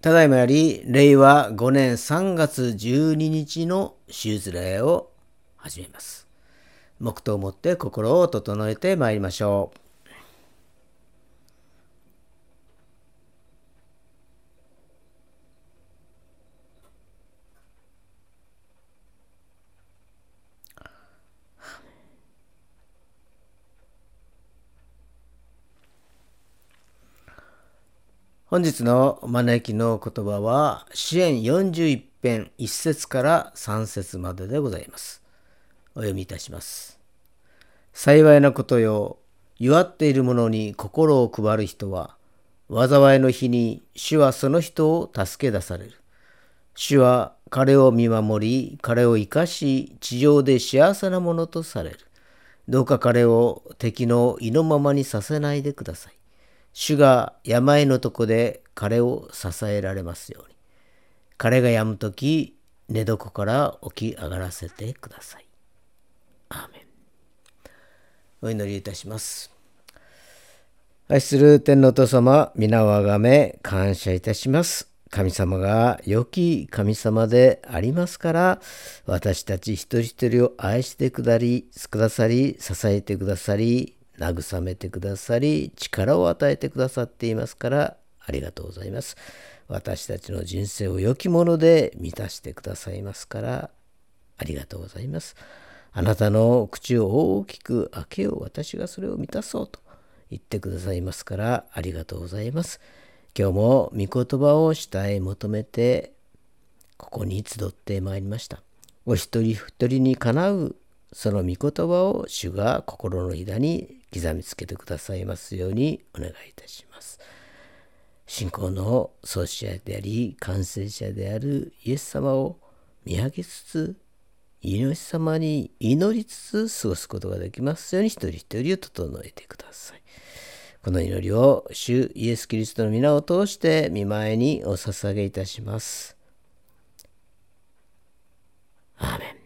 ただいまより令和5年3月12日の手術礼を始めます。黙祷をもって心を整えてまいりましょう。本日の招きの言葉は詩編41編1節から3節まででございます。お読みいたします。幸いなことよ、弱っている者に心を配る人は、災いの日に主はその人を助け出される。主は彼を見守り、彼を生かし、地上で幸せなものとされる。どうか彼を敵の意のままにさせないでください。主が病のとこで彼を支えられますように。彼が病むとき、寝床から起き上がらせてください。アーメン。お祈りいたします。愛する天のお父様、皆をあがめ感謝いたします。神様が良き神様でありますから、私たち一人一人を愛してくださり、支えてくださり、慰めてくださり、力を与えてくださっていますから、ありがとうございます。私たちの人生を良きもので満たしてくださいますから、ありがとうございます。あなたの口を大きく開けよう、私がそれを満たそうと言ってくださいますから、ありがとうございます。今日も御言葉を主体求めて、ここに集ってまいりました。お一人一人にかなうその御言葉を主が心のひだに刻みつけてくださいますようにお願いいたします。信仰の創始者であり完成者であるイエス様を見上げつつ、命様に祈りつつ過ごすことができますように、一人一人を整えてください。この祈りを主イエス・キリストの皆を通して御前にお捧げいたします。アーメン。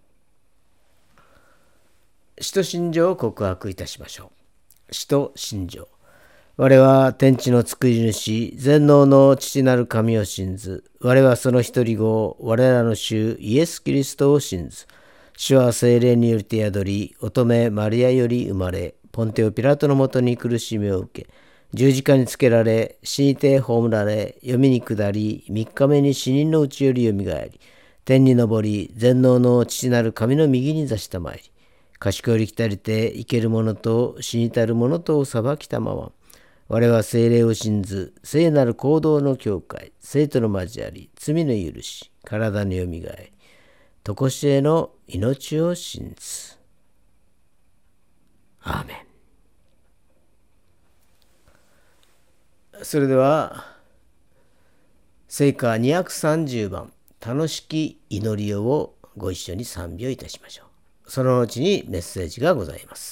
使徒信条を告白いたしましょう。使徒信条。我は天地の作り主、全能の父なる神を信ず。我はその一人子、我らの主イエス・キリストを信ず。主は聖霊によりて宿り、乙女マリアより生まれ、ポンテオ・ピラトのもとに苦しみを受け、十字架につけられ、死にて葬られ、読みに下り、三日目に死人のうちよりよみがえり、天に昇り、全能の父なる神の右に座したまいり、賢より来たりて生ける者と死にたる者とを裁きたまま、我は聖霊を信ず、聖なる行動の教会、聖との交わり、罪の許し、体のよみがえり、とこしえの命を信ず。アーメン。それでは聖歌230番楽しき祈りをご一緒に賛美をいたしましょう。その後にメッセージがございます。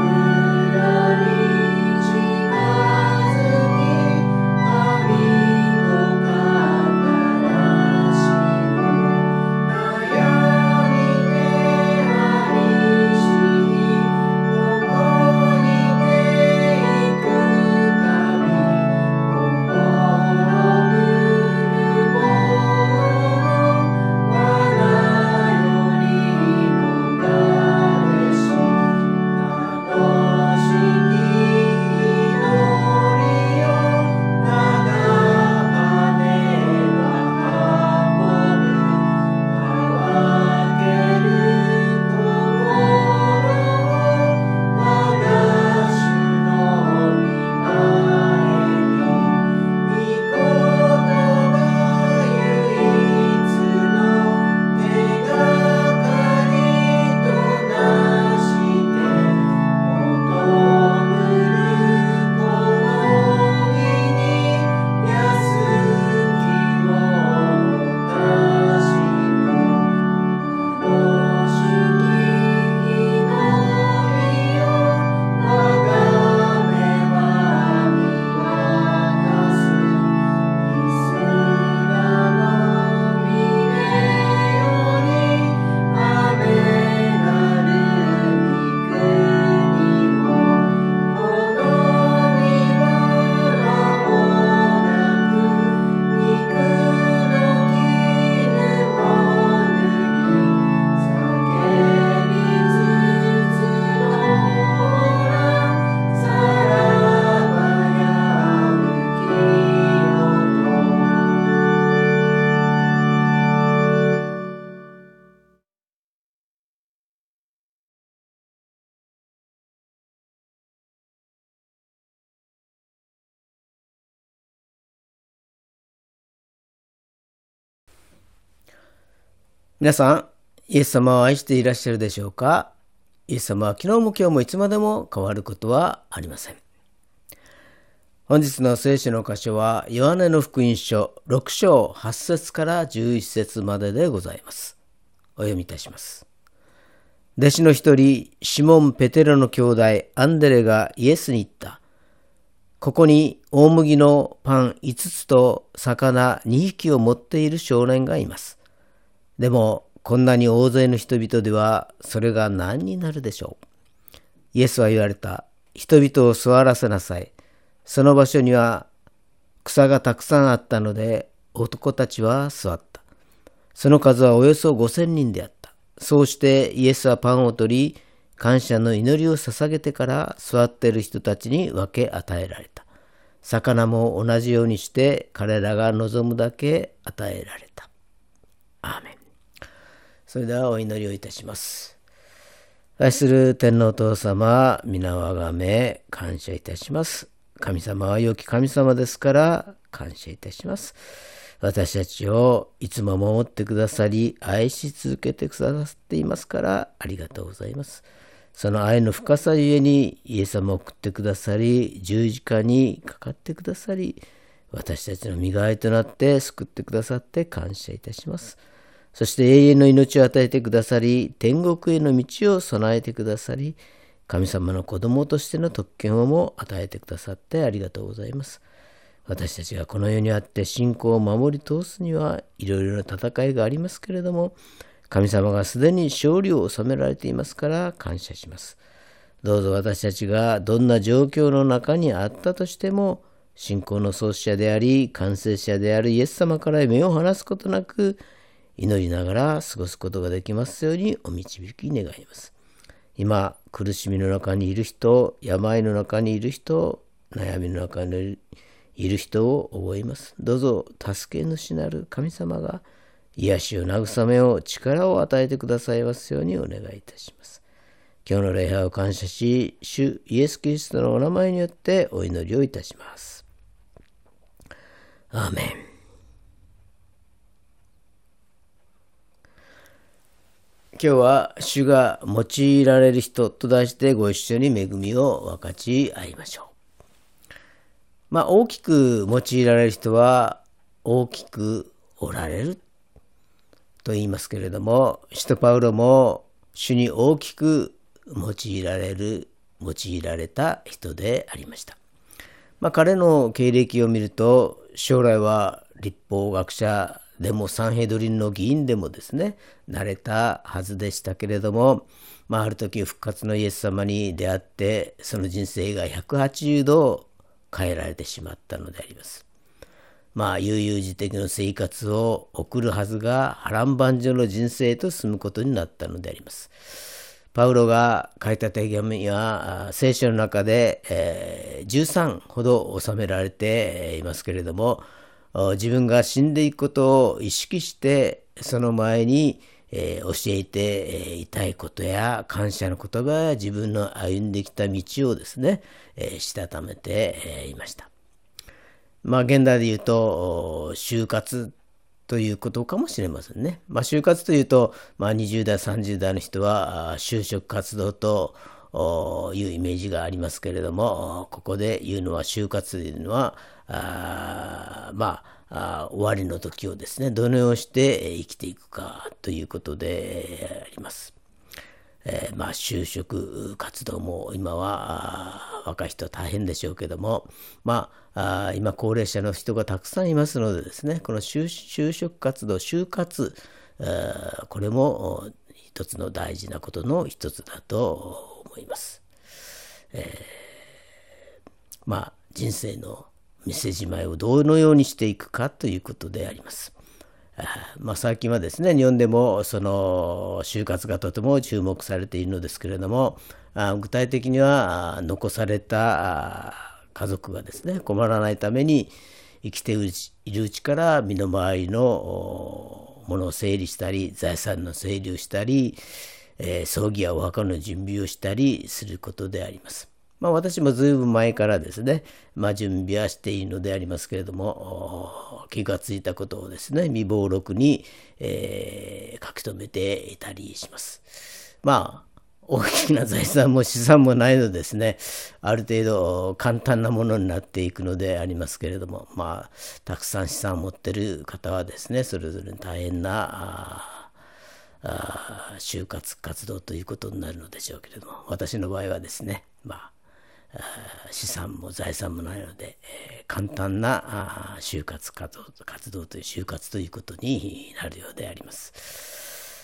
神皆さん、イエス様を愛していらっしゃるでしょうか？イエス様は昨日も今日もいつまでも変わることはありません。本日の聖書の箇所は、ヨハネの福音書6章8節から11節まででございます。お読みいたします。弟子の一人、シモン・ペテロの兄弟アンデレがイエスに言った。ここに大麦のパン5つと魚2匹を持っている少年がいます。でも、こんなに大勢の人々では、それが何になるでしょう。イエスは言われた。人々を座らせなさい。その場所には草がたくさんあったので、男たちは座った。その数はおよそ5000人であった。そうしてイエスはパンを取り、感謝の祈りを捧げてから座っている人たちに分け与えられた。魚も同じようにして彼らが望むだけ与えられた。アーメン。それではお祈りをいたします。愛する天皇お父様、皆をあがめ感謝いたします。神様は良き神様ですから感謝いたします。私たちをいつも守ってくださり、愛し続けてくださっていますからありがとうございます。その愛の深さゆえにイエス様を送ってくださり、十字架にかかってくださり、私たちの身代わりとなって救ってくださって感謝いたします。そして永遠の命を与えてくださり、天国への道を備えてくださり、神様の子供としての特権をも与えてくださってありがとうございます。私たちがこの世にあって信仰を守り通すにはいろいろな戦いがありますけれども、神様がすでに勝利を収められていますから感謝します。どうぞ私たちがどんな状況の中にあったとしても、信仰の創始者であり、完成者であるイエス様から目を離すことなく、祈りながら過ごすことができますようにお導き願います。今、苦しみの中にいる人、病の中にいる人、悩みの中にいる人を覚えます。どうぞ助け主なる神様が癒しを慰めを力を与えてくださいますようにお願いいたします。今日の礼拝を感謝し、主イエス・キリストのお名前によってお祈りをいたします。アーメン。今日は主が用いられる人と題してご一緒に恵みを分かち合いましょう。大きく用いられる人は大きくおられると言いますけれども、使徒パウロも主に大きく用いられた人でありました。彼の経歴を見ると、将来は律法学者でもサンヘドリンの議員でもですね、なれたはずでしたけれども、ある時復活のイエス様に出会って、その人生が180度変えられてしまったのであります。悠々自適の生活を送るはずが波乱万丈の人生と進むことになったのであります。パウロが書いた手紙は聖書の中で13ほど収められていますけれども、自分が死んでいくことを意識してその前に教えていたいことや感謝の言葉や自分の歩んできた道をですね、したためていました。現代で言うと就活ということかもしれませんね。就活というと、20代30代の人は就職活動というイメージがありますけれども、ここで言うのは就活というのは終わりの時をですね、どのようにして生きていくかということであります。就職活動も今は若い人は大変でしょうけども、今高齢者の人がたくさんいますのでですね、この就職活動、就活、これも一つの大事なことの一つだと思います。人生の見せじまいをどのようにしていくかということであります。最近はですね、日本でもその就活がとても注目されているのですけれども、具体的には残された家族がですね、困らないために生きているうちから身の回りのものを整理したり、財産の整理をしたり、葬儀やお墓の準備をしたりすることであります。 私もずいぶん前からですね、準備はしているのでありますけれども、気がついたことをですね、未亡録に、書き留めていたりします。大きな財産も資産もないのでですね、ある程度簡単なものになっていくのでありますけれども、たくさん資産を持っている方はですね、それぞれ大変な就活活動ということになるのでしょうけれども、私の場合はですね、資産も財産もないので、簡単な就活活動という就活ということになるようであります。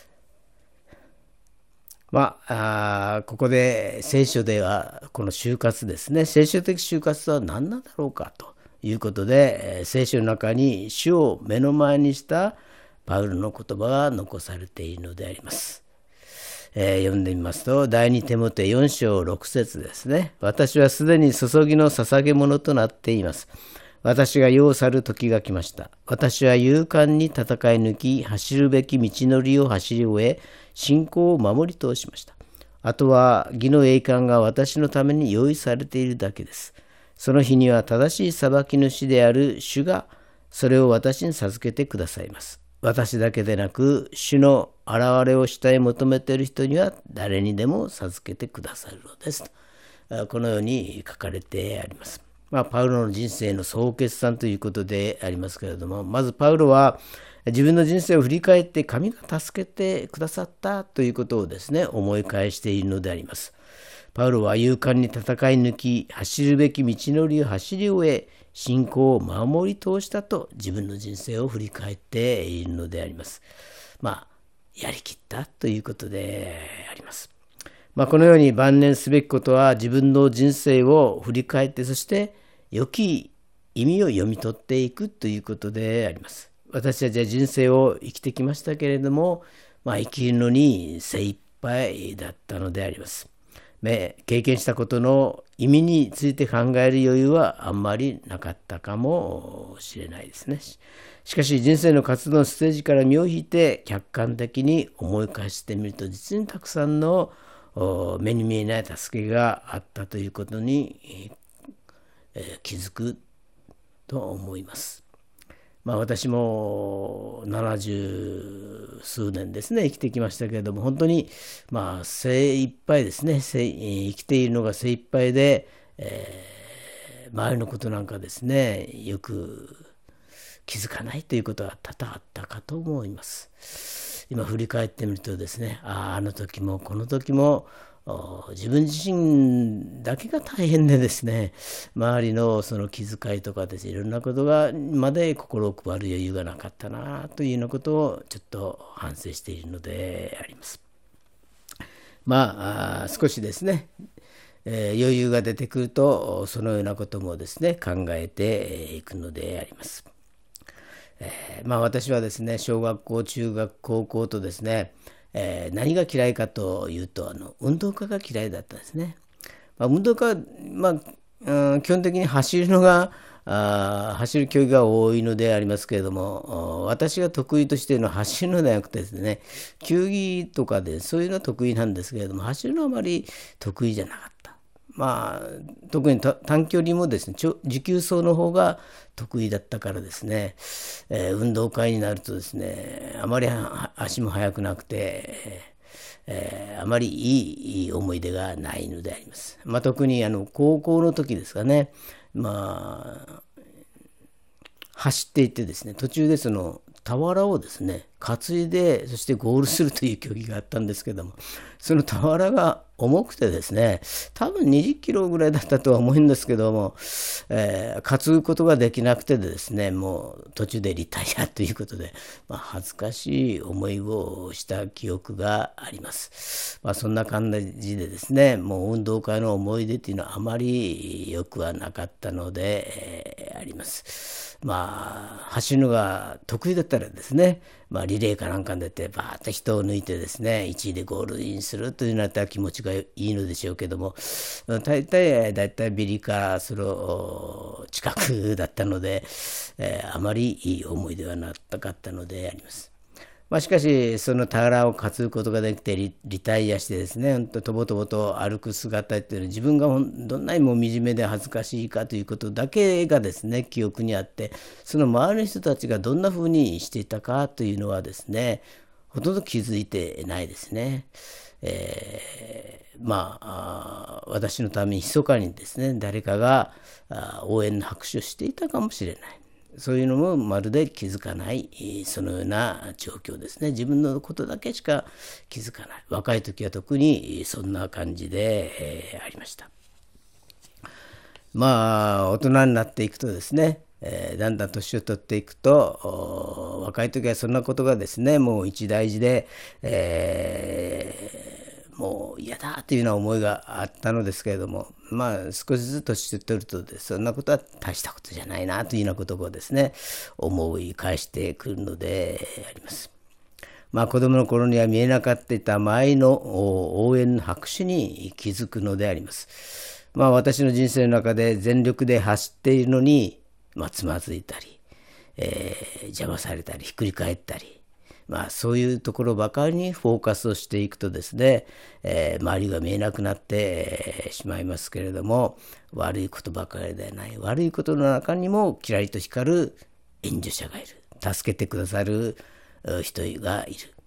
ここで聖書ではこの就活ですね、聖書的就活とは何なんだろうかということで、聖書の中に主を目の前にしたパウロの言葉が残されているのであります。読んでみますと、第二テモテ4章6節ですね。私はすでに注ぎの捧げ物となっています。私が世を去る時が来ました。私は勇敢に戦い抜き、走るべき道のりを走り終え、信仰を守り通しました。あとは義の栄冠が私のために用意されているだけです。その日には正しい裁き主である主がそれを私に授けてくださいます。私だけでなく、主の現れを主体求めている人には誰にでも授けてくださるのです。このように書かれてあります。パウロの人生の総決算ということでありますけれども、まずパウロは自分の人生を振り返って神が助けてくださったということをですね、思い返しているのであります。パウロは勇敢に戦い抜き、走るべき道のりを走り終え、信仰を守り通したと自分の人生を振り返っているのであります。やりきったということであります。このように晩年すべきことは自分の人生を振り返って、そして良き意味を読み取っていくということであります。私たちは人生を生きてきましたけれども、生きるのに精一杯だったのであります。経験したことの意味について考える余裕はあんまりなかったかもしれないですね。しかし人生の活動のステージから身を引いて客観的に思い返してみると、実にたくさんの目に見えない助けがあったということに気づくと思います。私も70数年ですね生きてきましたけれども、本当に精一杯ですね、生きているのが精一杯で、周りのことなんかですねよく気づかないということは多々あったかと思います。今振り返ってみるとですね、あの時もこの時も自分自身だけが大変でですね、周りのその気遣いとかですね、いろんなことがまで心を配る余裕がなかったなというようなことをちょっと反省しているのであります。少しですね、余裕が出てくるとそのようなこともですね考えていくのであります。私はですね、小学校中学高校とですね、何が嫌いかというと運動会が嫌いだったんですね。運動会は、基本的に走るのが走る競技が多いのでありますけれども、私が得意としているのは走るのではなくてですね、球技とかでそういうのは得意なんですけれども、走るのはあまり得意じゃなかった。特に短距離もですね、持久走の方が得意だったからですね、運動会になるとですね、あまり足も速くなくて、あまりいい思い出がないのであります。特に高校の時ですかね、走っていってですね、途中でその俵をですね担いで、そしてゴールするという競技があったんですけども、その俵が重くてですね、多分20キロぐらいだったとは思うんですけども、担ぐことができなくてですね、もう途中でリタイアということで、恥ずかしい思いをした記憶があります。そんな感じでですね、もう運動会の思い出っていうのはあまり良くはなかったので、あります。走るのが得意だったらですね、リレーかなんかに出てバーッと人を抜いてですね1位でゴールインするというのだったら気持ちがいいのでしょうけども、大体ビリかその近くだったので、あまりいい思い出はなかったのであります。 しかしその俵を担ぐことができてリタイアしてですね、本当とぼとぼと歩く姿っていうのは自分がどんなにも惨めで恥ずかしいかということだけがですね記憶にあって、その周りの人たちがどんなふうにしていたかというのはですねほとんど気づいてないですね。私のために密かにですね誰かが応援の拍手をしていたかもしれない。そういうのもまるで気づかない、そのような状況ですね。自分のことだけしか気づかない。若い時は特にそんな感じで、ありました。大人になっていくとですね、だんだん年を取っていくと、若い時はそんなことがですねもう一大事で、もう嫌だというような思いがあったのですけれども、少しずつ年を取るとそんなことは大したことじゃないなというようなことをですね思い返してくるのであります。子供の頃には見えなかった周りの応援の拍手に気づくのであります。私の人生の中で全力で走っているのに、つまずいたり、邪魔されたりひっくり返ったり、そういうところばかりにフォーカスをしていくとですね、周りが見えなくなってしまいますけれども、悪いことばかりではない、悪いことの中にもキラリと光る援助者がいる、助けてくださる人がいる。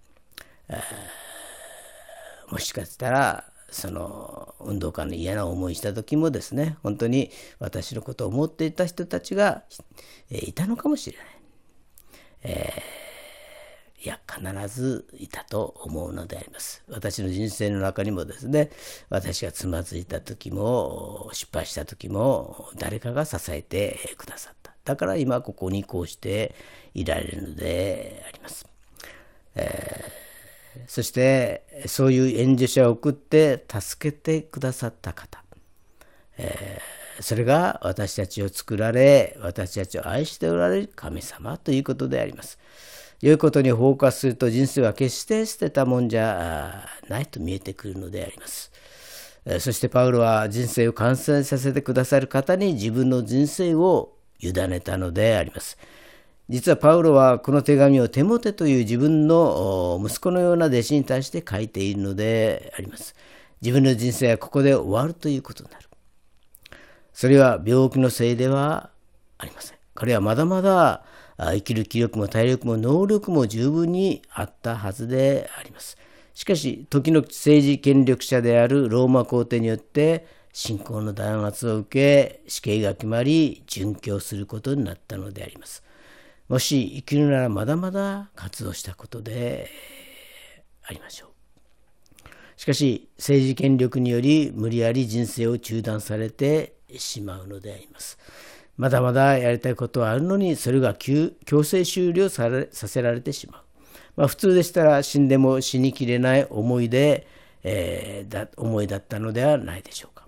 もしかしたらその運動会の嫌な思いした時もですね本当に私のことを思っていた人たちがいたのかもしれない。いや必ずいたと思うのであります。私の人生の中にもですね私がつまずいた時も失敗した時も誰かが支えてくださった。だから今ここにこうしていられるのであります。そしてそういう援助者を送って助けてくださった方、それが私たちを作られ私たちを愛しておられる神様ということであります。良いことにフォーカスすると人生は決して捨てたもんじゃないと見えてくるのであります。そしてパウロは人生を完成させてくださる方に自分の人生を委ねたのであります。実はパウロはこの手紙をテモテという自分の息子のような弟子に対して書いているのであります。自分の人生はここで終わるということになる。それは病気のせいではありません。彼はまだまだ生きる気力も体力も能力も十分にあったはずであります。しかし時の政治権力者であるローマ皇帝によって信仰の弾圧を受け死刑が決まり殉教することになったのであります。もし生きるならまだまだ活動したことでありましょう。しかし政治権力により無理やり人生を中断されてしまうのであります。まだまだやりたいことはあるのにそれが強制終了させられてしまう。普通でしたら死んでも死にきれない思いだったのではないでしょうか。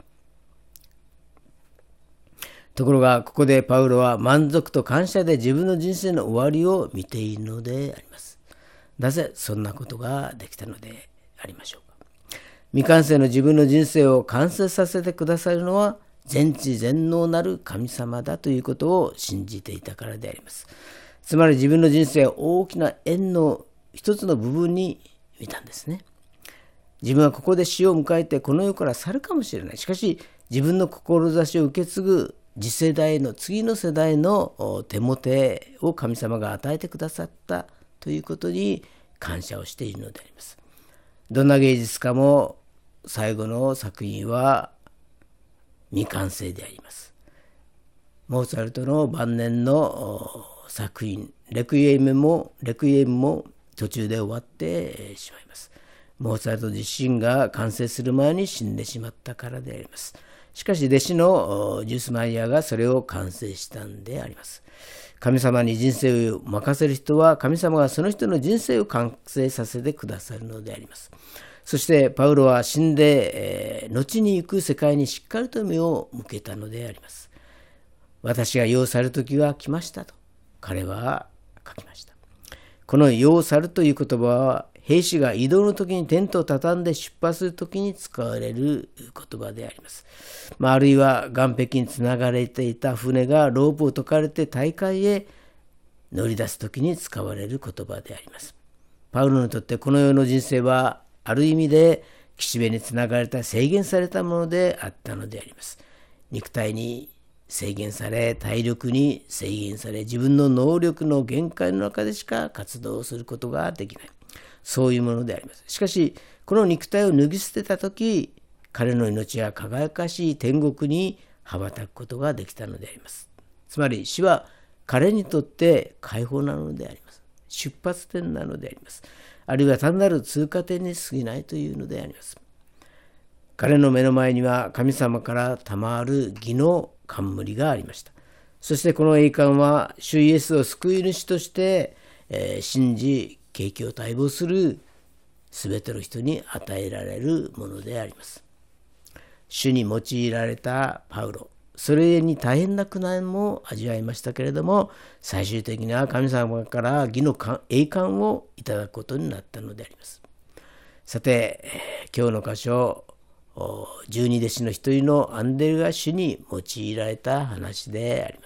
ところがここでパウロは満足と感謝で自分の人生の終わりを見ているのであります。なぜそんなことができたのでありましょうか。未完成の自分の人生を完成させてくださるのは全知全能なる神様だということを信じていたからであります。つまり自分の人生を大きな円の一つの部分に見たんですね。自分はここで死を迎えてこの世から去るかもしれない。しかし自分の志を受け継ぐ次世代の次の世代の手もてを神様が与えてくださったということに感謝をしているのであります。どんな芸術家も最後の作品は未完成であります。モーツァルトの晩年の作品レクイエムも途中で終わってしまいます。モーツァルト自身が完成する前に死んでしまったからであります。しかし弟子のジュースマイヤーがそれを完成したんであります。神様に人生を任せる人は神様がその人の人生を完成させてくださるのであります。そしてパウロは死んで、後に行く世界にしっかりと目を向けたのであります。私が世を去る時は来ましたと彼は書きました。この世を去るという言葉は兵士が移動の時にテントを畳んで出発する時に使われる言葉であります。あるいは岸壁につながれていた船がロープを解かれて大海へ乗り出す時に使われる言葉であります。 パウロにとってこの世の人生はある意味で岸辺につながれた制限されたものであったのであります。肉体に制限され、体力に制限され、自分の能力の限界の中でしか活動することができない。そういうものであります。しかし、この肉体を脱ぎ捨てたとき、彼の命は輝かしい天国に羽ばたくことができたのであります。つまり死は彼にとって解放なのであります。出発点なのであります。あるいは単なる通過点に過ぎないというのであります。彼の目の前には神様から賜る義の冠がありました。そしてこの栄冠は主イエスを救い主として、信じ景気を待望するすべての人に与えられるものであります。主に用いられたパウロ、それゆえに大変な苦難も味わいましたけれども、最終的には神様から義の栄冠をいただくことになったのであります。さて、今日の箇所、十二弟子の一人のアンデルが主に用いられた話であります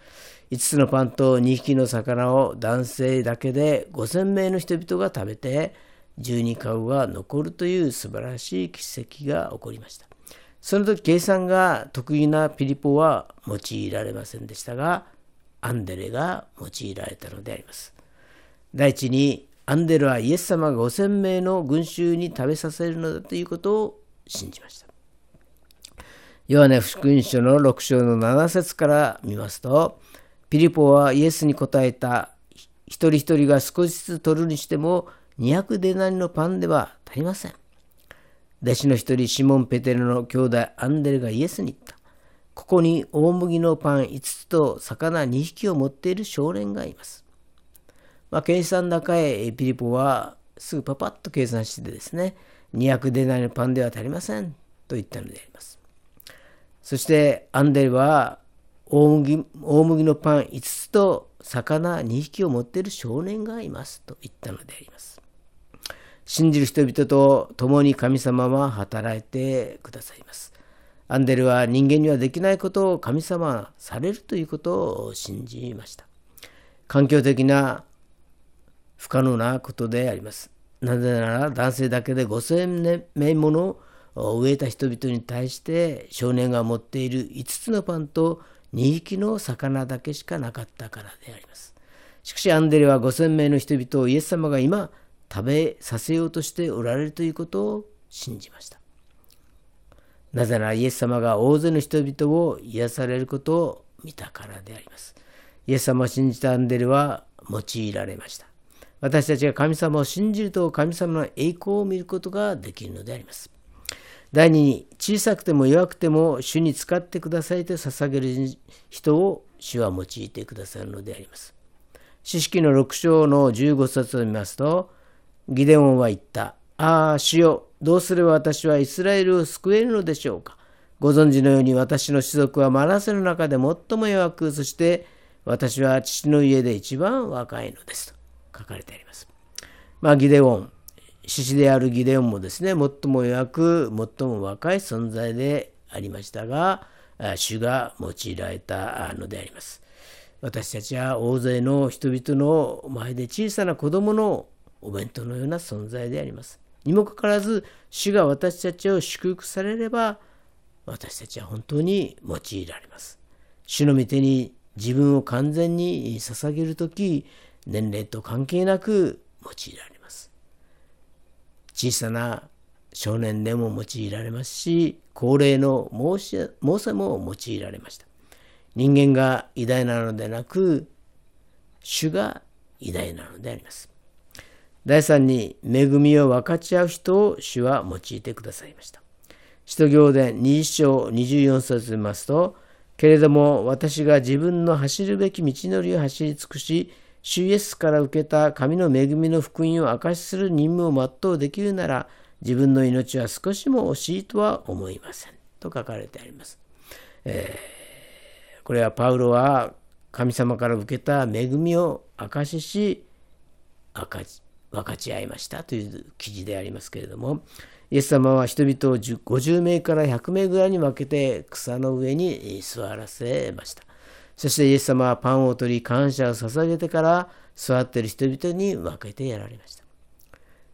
。5つのパンと2匹の魚を男性だけで5000名の人々が食べて、12籠が残るという素晴らしい奇跡が起こりました。その時計算が得意なピリポは用いられませんでしたが、アンデレが用いられたのであります。第一に、アンデレはイエス様が5000名の群衆に食べさせるのだということを信じました。ヨハネ福音書の6章の7節から見ますと、ピリポはイエスに答えた。一人一人が少しずつ取るにしても200デナリのパンでは足りません。弟子の一人シモン・ペテロの兄弟アンデレがイエスに言った。ここに大麦のパン5つと魚2匹を持っている少年がいます。計算高いピリポはすぐパパッと計算してですね、200デナリのパンでは足りませんと言ったのであります。そしてアンデレは大麦のパン5つと魚2匹を持っている少年がいますと言ったのであります。信じる人々と共に神様は働いてくださいます。アンデルは人間にはできないことを神様はされるということを信じました。環境的な不可能なことであります。なぜなら男性だけで5000名もの飢えた人々に対して少年が持っている5つのパンと2匹の魚だけしかなかったからであります。しかしアンデレは5000名の人々をイエス様が今食べさせようとしておられるということを信じました。なぜならイエス様が大勢の人々を癒されることを見たからであります。イエス様を信じたアンデレは用いられました。私たちが神様を信じると神様の栄光を見ることができるのであります。第二に、小さくても弱くても主に使ってくださいと捧げる人を主は用いてくださるのであります。詩式の6章の15節を見ますと、ギデオンは言った。ああ、主よ、どうすれば私はイスラエルを救えるのでしょうか。ご存知のように私の種族はマナセの中で最も弱く、そして私は父の家で一番若いのですと書かれてあります。ギデオン、獅子であるギデオンもですね、最も弱く、最も若い存在でありましたが、主が用いられたのであります。私たちは大勢の人々の前で小さな子供のお弁当のような存在であります。にもかかわらず、主が私たちを祝福されれば、私たちは本当に用いられます。主の御手に自分を完全に捧げるとき、年齢と関係なく用いられます。小さな少年でも用いられますし、高齢のモーセも用いられました。人間が偉大なのでなく、主が偉大なのであります。第三に、恵みを分かち合う人を主は用いてくださいました。使徒行伝20章24節を見ますと、けれども私が自分の走るべき道のりを走り尽くし、主イエスから受けた神の恵みの福音を証しする任務を全うできるなら、自分の命は少しも惜しいとは思いませんと書かれてあります。これはパウロは神様から受けた恵みを証しし、分かち合いましたという記事でありますけれども、イエス様は人々を50名から100名ぐらいに分けて草の上に座らせました。そしてイエス様はパンを取り感謝を捧げてから座っている人々に分けてやられました。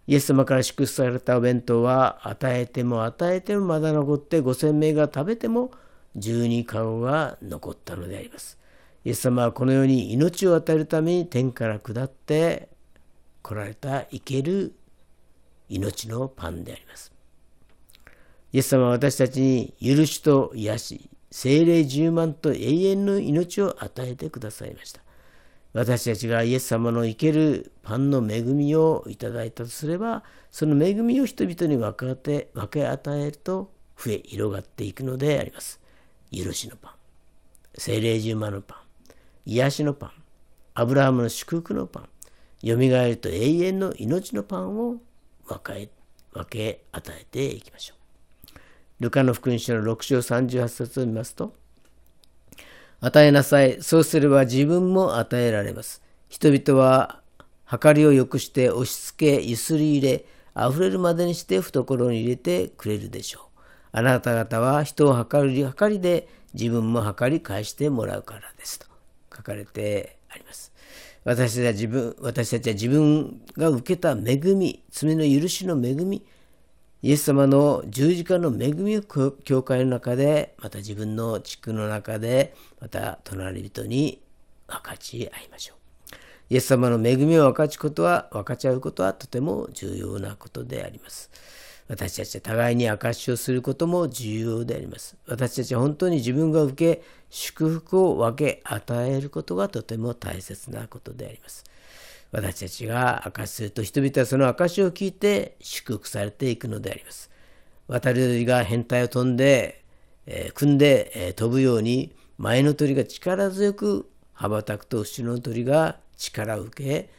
イエス様から祝福されたお弁当は与えても与えてもまだ残って5000名が食べても12カゴが残ったのであります。イエス様はこの世に命を与えるために天から下って来られた生ける命のパンであります。イエス様は私たちに許しと癒し、聖霊充満と永遠の命を与えてくださいました。私たちがイエス様の生けるパンの恵みをいただいたとすれば、その恵みを人々に分け与えると増え広がっていくのであります。許しのパン、聖霊充満のパン、癒しのパン、アブラハムの祝福のパン、よみがえると永遠の命のパンを分け与えていきましょう。ルカの福音書の6章38節を見ますと、与えなさい。そうすれば自分も与えられます。人々は計りを良くして押し付け、ゆすり入れ、溢れるまでにして懐に入れてくれるでしょう。あなた方は人を計りで自分も計り返してもらうからですと書かれてあります。私たちは自分が受けた恵み、罪の許しの恵み、イエス様の十字架の恵みを教会の中で、また自分の地区の中で、また隣人に分かち合いましょう。イエス様の恵みを分かち合うことはとても重要なことであります。私たちは互いに証しをすることも重要であります。私たちは本当に自分が受け、祝福を分け与えることがとても大切なことであります。私たちが証しすると人々はその証しを聞いて祝福されていくのであります。渡り鳥が変態を組んで飛ぶように前の鳥が力強く羽ばたくと後ろの鳥が力を受け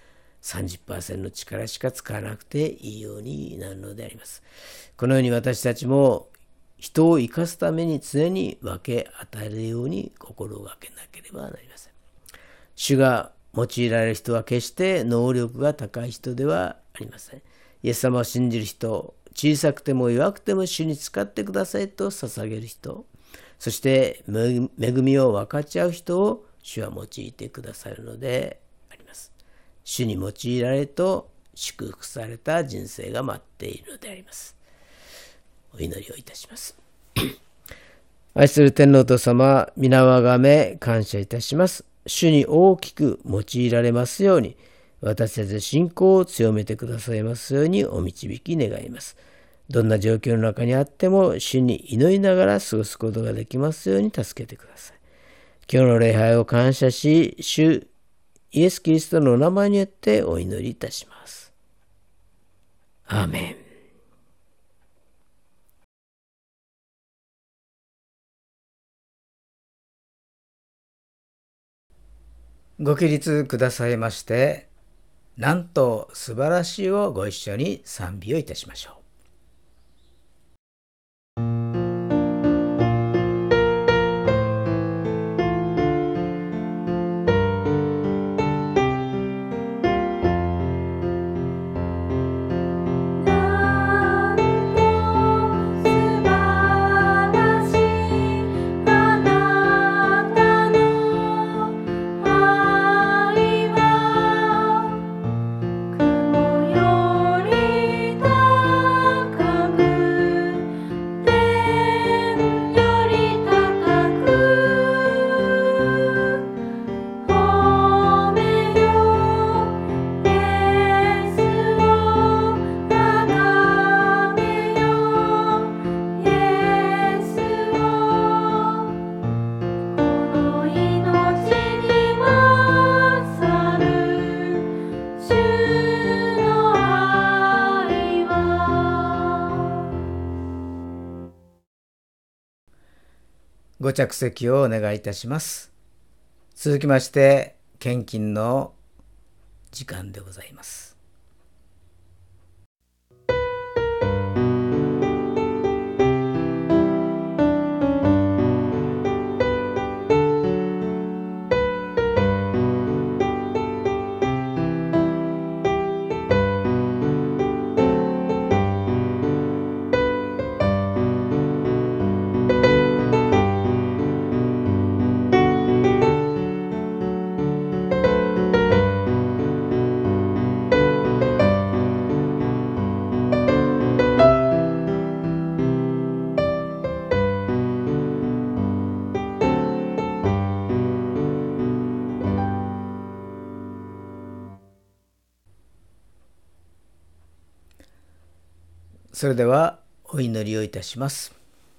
30% の力しか使わなくていいようになるのであります。このように私たちも人を生かすために常に分け与えるように心がけなければなりません。主が用いられる人は決して能力が高い人ではありません。イエス様を信じる人、小さくても弱くても主に使ってくださいと捧げる人、そして恵みを分かち合う人を主は用いてくださるのであります。主に用いられると祝福された人生が待っているのであります。お祈りをいたします。愛する天皇と様、皆をあがめ感謝いたします。主に大きく用いられますように、私たちの信仰を強めてくださいますようにお導き願います。どんな状況の中にあっても主に祈りながら過ごすことができますように助けてください。今日の礼拝を感謝し、主イエス・キリストのお名前によってお祈りいたします。アーメン。ご起立くださいまして、なんと素晴らしいをご一緒に賛美をいたしましょう。ご着席をお願いいたします。続きまして、献金の時間でございます。 それではお祈りをいたします。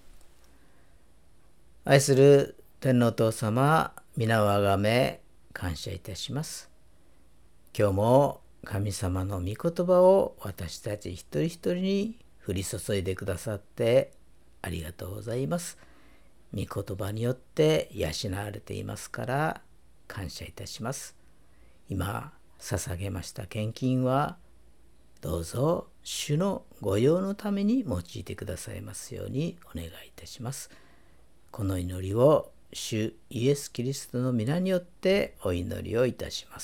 愛する天皇お父様、皆をあがめ感謝いたします。今日も神様の御言葉を私たち一人一人に降り注いでくださってありがとうございます。御言葉によって養われていますから感謝いたします。今捧げました献金はどうぞ主の御用のために用いてくださいますようにお願いいたします。この祈りを主イエス・キリストの皆によってお祈りをいたします。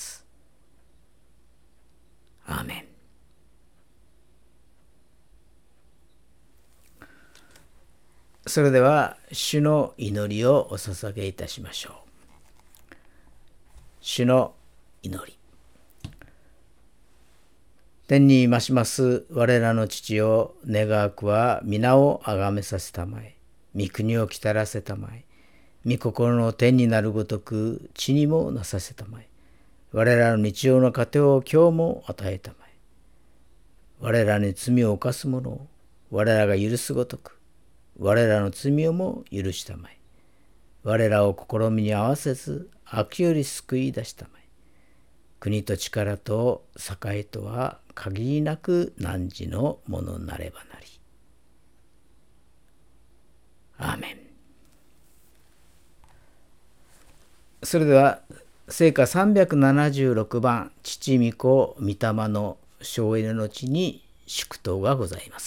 アーメン。それでは主の祈りをお捧げいたしましょう。主の祈り。天に増します我らの父を願わくは皆をあがめさせたまえ、御国をきたらせたまえ、御心の天になるごとく地にもなさせたまえ、我らの日常の糧を今日も与えたまえ、我らに罪を犯す者を我らが許すごとく我らの罪をも許したまえ、我らを試みに合わせず悪より救い出したまえ、国と力と栄とは限りなく汝のものなればなり。アーメン。それでは聖歌376番父御子御霊の省エネの地に祝祷がございます。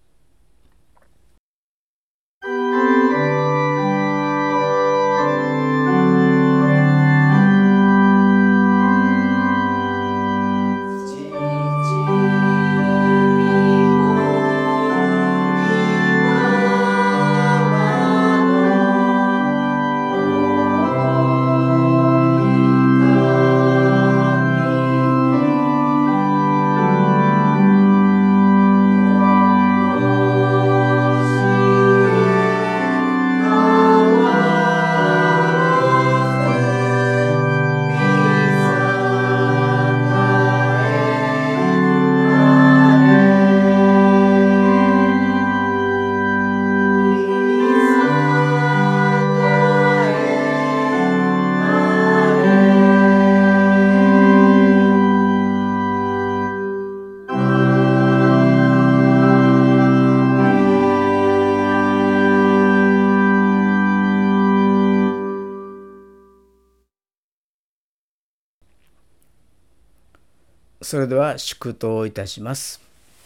それでは祝祷いたします。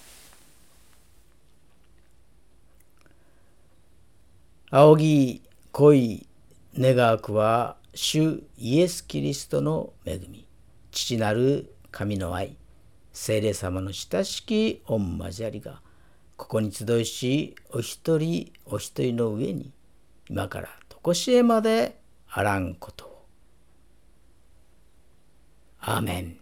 仰ぎ恋願わくは主イエス・キリストの恵み、父なる神の愛、聖霊様の親しき御交わりがここに集いしお一人お一人の上に今からとこしえまであらんことを。アーメン。